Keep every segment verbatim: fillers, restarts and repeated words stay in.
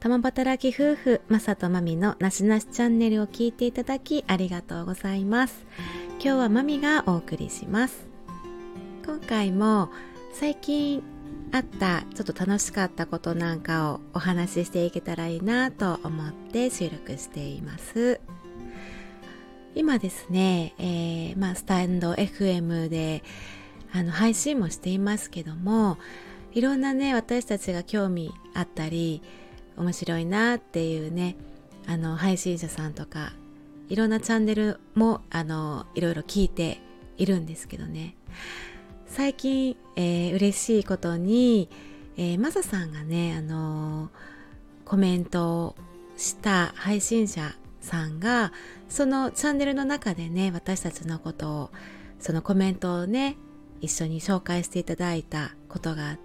共働き夫婦マサとマミのなしなしチャンネルを聞いていただきありがとうございます。今日はマミがお送りします。今回も最近あったちょっと楽しかったことなんかをお話ししていけたらいいなと思って収録しています。今ですね、えーまあ、スタンド エフエム であの配信もしていますけども、いろんなね私たちが興味あったり面白いなっていうねあの配信者さんとかいろんなチャンネルもあのいろいろ聞いているんですけどね、最近、えー、嬉しいことに、えー、マサさんがねあのコメントをした配信者さんがそのチャンネルの中でね私たちのことをそのコメントをね一緒に紹介していただいたことがあって、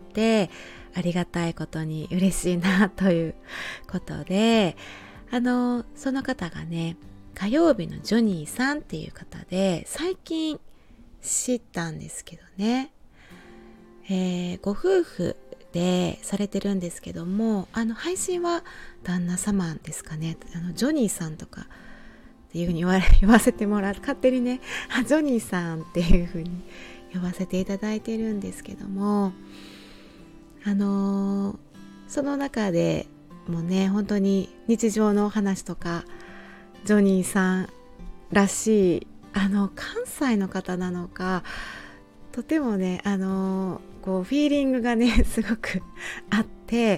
ありがたいことに嬉しいなということで、あのその方がね火曜日のジョニーさんっていう方で、最近知ったんですけどね、えー、ご夫婦でされてるんですけども、あの配信は旦那様ですかね、あのジョニーさんとかっていうふうに言われ言わせてもらって勝手にねジョニーさんっていうふうに呼ばせていただいてるんですけども、あのー、その中でもね本当に日常のお話とかジョニーさんらしいあの関西の方なのかとてもねあのー、こうフィーリングがねすごくあって、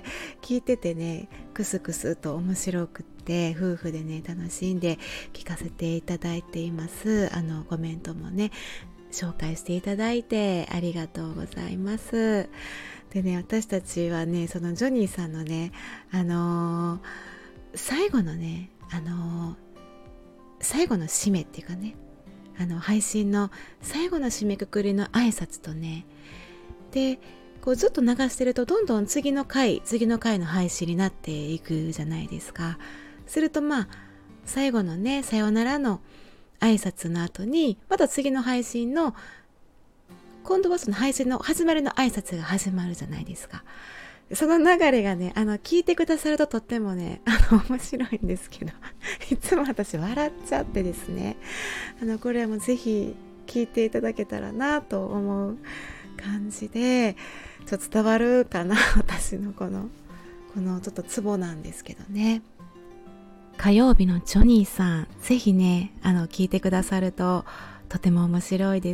聞いててねクスクスと面白くって夫婦でね楽しんで聞かせていただいています。あのコメントもね紹介していただいてありがとうございます。でね私たちはねそのジョニーさんのねあのー、最後のねあのー、最後の締めっていうかねあの配信の最後の締めくくりの挨拶とねでこうずっと流してるとどんどん次の回次の回の配信になっていくじゃないですか。するとまあ最後のねさよならの挨拶の後にまた次の配信の今度はその配信の始まりの挨拶が始まるじゃないですか。その流れがねあの聞いてくださるととってもねあの面白いんですけどいつも私笑っちゃってですね、あのこれはもうぜひ聞いていただけたらなと思う感じで、ちょっと伝わるかな私のこのこのちょっとツボなんですけどね。火曜日のジョニーさんぜひねあの聞いてくださるととても面白いです。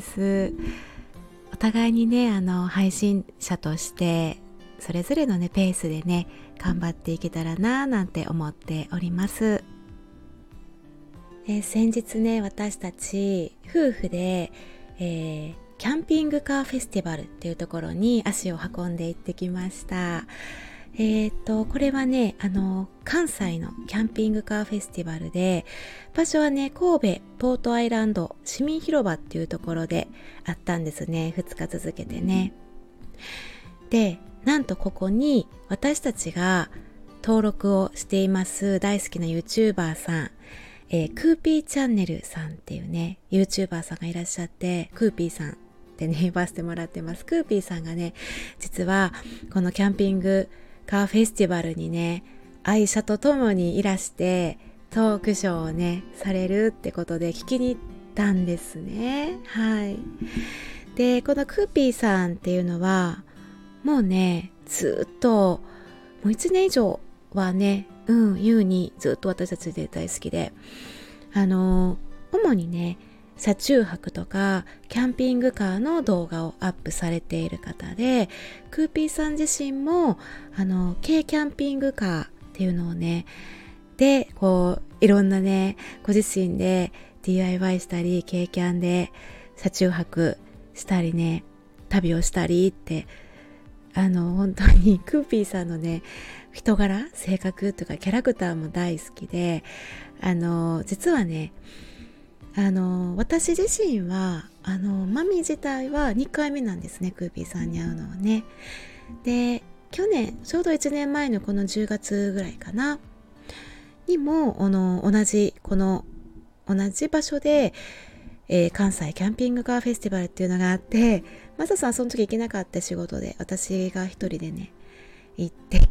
お互いにねあの配信者としてそれぞれのねペースでね頑張っていけたらななんて思っております。えー、先日ね私たち夫婦で、えー、キャンピングカーフェスティバルっていうところに足を運んで行ってきました。えー、とこれはねあの関西のキャンピングカーフェスティバルで、場所はね神戸ポートアイランド市民広場っていうところであったんですね。ふつか続けてね。でなんとここに私たちが登録をしています大好きな YouTuber さん、えー、クーピーチャンネルさんっていうね YouTuber さんがいらっしゃって、クーピーさんってね呼ばせてもらってます。クーピーさんがね実はこのキャンピングカーフェスティバルにね愛車とともにいらしてトークショーをねされるってことで聞きに行ったんですね。はい。でこのクーピーさんっていうのはもうねずっともういちねん以上はねうん優にずっと私たちで大好きで、あの主にね車中泊とかキャンピングカーの動画をアップされている方で、クーピーさん自身もあの軽キャンピングカーっていうのをねでこういろんなねご自身で ディーアイワイ したり軽キャンで車中泊したりね旅をしたりって、あの本当にクーピーさんのね人柄性格とかキャラクターも大好きで、あの実はねあの私自身はあのマミ自体はにかいめなんですね、クーピーさんに会うのはね。で去年ちょうどいちねんまえのこのじゅうがつぐらいかなにもあの同じこの同じ場所で、えー、関西キャンピングカーフェスティバルっていうのがあって、マサさんその時行けなかった仕事で私が一人でね行ってき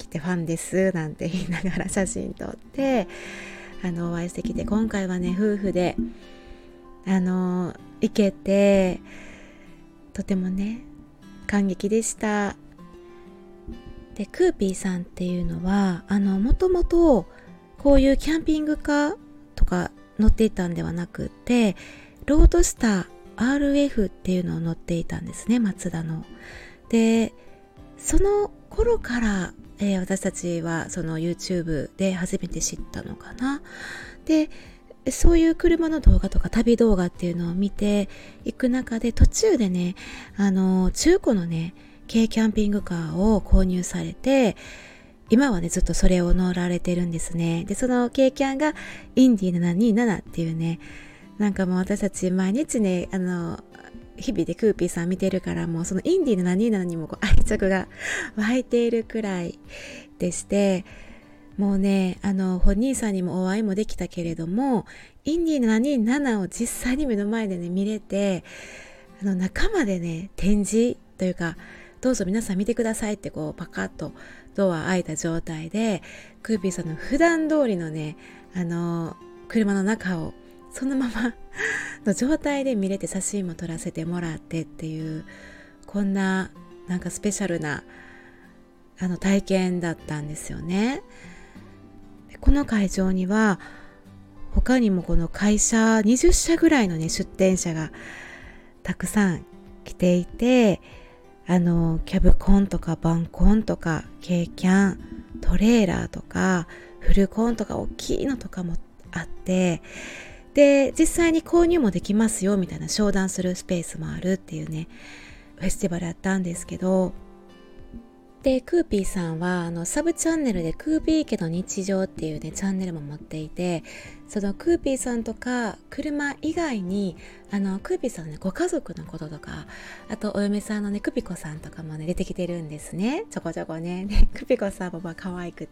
きてファンですなんて言いながら写真撮ってあのお会いしてきて、今回はね夫婦であの行けてとてもね感激でした。でクーピーさんっていうのはあのもともとこういうキャンピングカーとか乗っていたんではなくて、ロードスター アールエフ っていうのを乗っていたんですね、マツダの。でその頃から、えー、私たちはその YouTube で初めて知ったのかな。でそういう車の動画とか旅動画っていうのを見ていく中で、途中でねあの中古のね軽キャンピングカーを購入されて、今はねずっとそれを乗られてるんですね。でその軽キャンがインディななにーななっていうね、なんかもう私たち毎日ねあの日々でクーピーさん見てるから、もうそのインディななにーななにもこう愛着が湧いているくらいでして、もうねあの本人さんにもお会いもできたけれども、インディななにーななを実際に目の前でね見れて、あの中までね展示というか、どうぞ皆さん見てくださいってこうパカッとドア開いた状態でクーピーさんの普段通りのねあの車の中をそのままの状態で見れて、写真も撮らせてもらってっていう、こんななんかスペシャルなあの体験だったんですよね。この会場には他にもこの会社にじゅっしゃぐらいのね出店者がたくさん来ていて、あのキャブコンとかバンコンとか軽キャントレーラーとかフルコンとか大きいのとかもあって、で実際に購入もできますよみたいな商談するスペースもあるっていうねフェスティバルやったんですけど、でクーピーさんはあのサブチャンネルでクーピー家の日常っていうねチャンネルも持っていて、そのクーピーさんとか車以外にあのクーピーさんの、ね、ご家族のこととか、あとお嫁さんのねクピコさんとかもね出てきてるんですね、ちょこちょこね。でクピコさんもまあ可愛くって、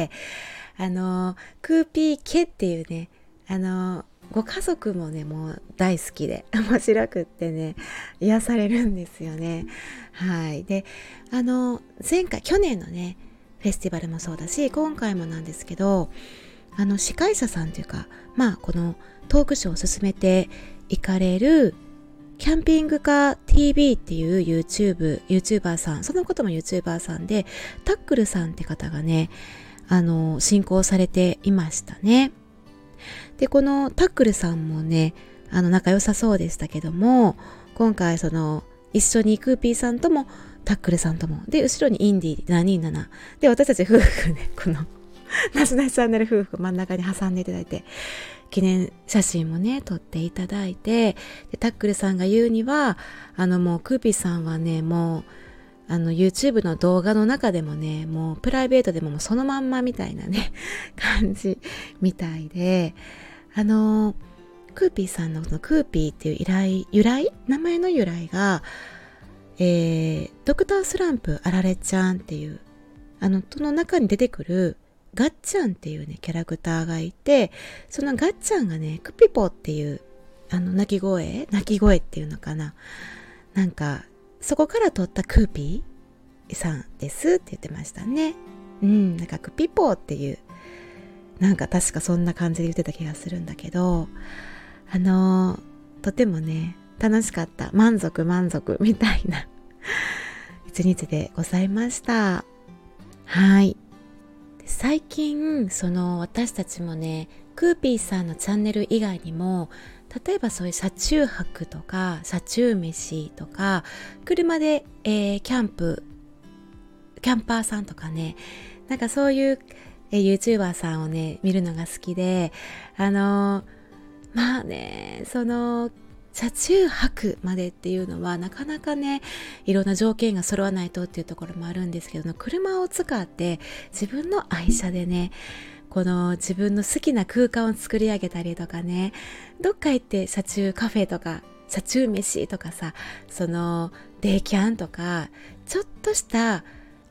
あのクーピー家っていうねあのご家族もねもう大好きで面白くってね癒されるんですよね。はい。であの前回去年のねフェスティバルもそうだし、今回もなんですけど、あの司会者さんというか、まあこのトークショーを進めていかれるキャンピングカー ティーブイ っていう YouTube、YouTuber さん、そのことも YouTuber さんで、タックルさんって方がねあの進行されていましたね。でこのタックルさんもねあの仲良さそうでしたけども、今回その一緒にクーピーさんともタックルさんともで、後ろにインディななにーななで、私たち夫婦ねこのなしなしチャンネル夫婦真ん中に挟んでいただいて、記念写真もね撮っていただいて、でタックルさんが言うにはあのもうクーピーさんはねもうあの YouTube の動画の中でもねもうプライベートでももうそのまんまみたいなね感じみたいで、あのクーピーさんのこのクーピーっていう由来由来名前の由来が、えー、ドクタースランプあられちゃんっていうあのその中に出てくるガッチャンっていうねキャラクターがいて、そのガッチャンがねクピポっていうあの鳴き声鳴き声っていうのかな、なんかそこから取ったクーピーさんですって言ってましたね。うん、なんかクピポっていうなんか確かそんな感じで言ってた気がするんだけど、あのー、とてもね楽しかった、満足満足みたいな一日でございました。はい。最近その私たちもねクーピーさんのチャンネル以外にも、例えばそういう車中泊とか車中飯とか車で、えー、キャンプキャンパーさんとかね、なんかそういう、えー、YouTuber さんをね見るのが好きで、あのー、まあねその車中泊までっていうのはなかなかねいろんな条件が揃わないとっていうところもあるんですけど、車を使って自分の愛車でねこの自分の好きな空間を作り上げたりとかね、どっか行って車中カフェとか車中飯とかさ、そのデイキャンとかちょっとした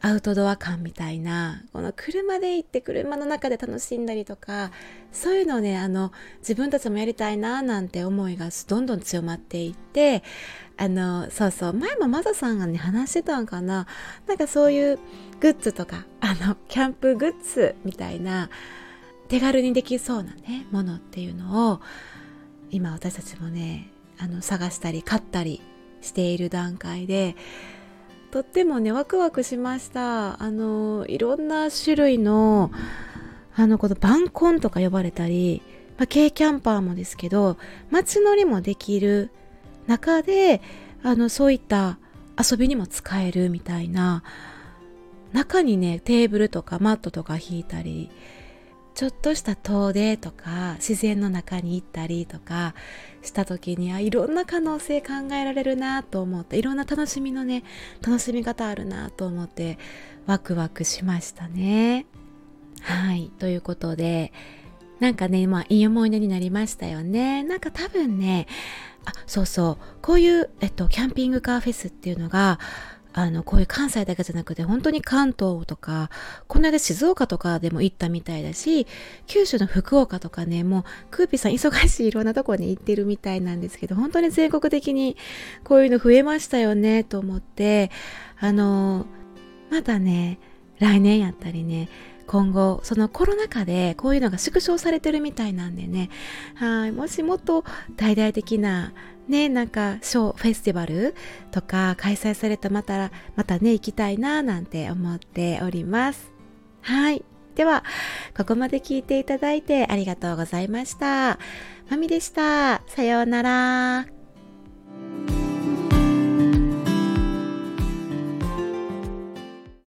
アウトドア感みたいな、この車で行って車の中で楽しんだりとか、そういうのをね、あの自分たちもやりたいななんて思いがどんどん強まっていって、あのそうそう、前もマサさんがね話してたんかな、なんかそういうグッズとか、あのキャンプグッズみたいな手軽にできそうなねものっていうのを今私たちもね、あの探したり買ったりしている段階で、とってもねワクワクしました。あのいろんな種類のあのこのバンコンとか呼ばれたり、まあ、軽キャンパーもですけど、街乗りもできる中で、あのそういった遊びにも使えるみたいな、中にねテーブルとかマットとか引いたり、ちょっとした遠出とか自然の中に行ったりとかした時に、あ、いろんな可能性考えられるなと思って、いろんな楽しみのね楽しみ方あるなと思ってワクワクしましたね。はい、ということで、なんかね、まあいい思い出になりましたよね。なんか多分ね、あ、そうそう、こういう、えっと、キャンピングカーフェスっていうのが、あのこういう関西だけじゃなくて本当に関東とか、この間静岡とかでも行ったみたいだし、九州の福岡とかね、もうクーピーさん忙しいいろんなところに行ってるみたいなんですけど、本当に全国的にこういうの増えましたよねと思って、あのまだね来年やったりね、今後そのコロナ禍でこういうのが縮小されてるみたいなんでね、はい、もしもっと大々的なね、なんかショーフェスティバルとか開催されたまたまたね行きたいななんて思っております。はい、ではここまで聞いていただいてありがとうございました。まみでした。さようなら。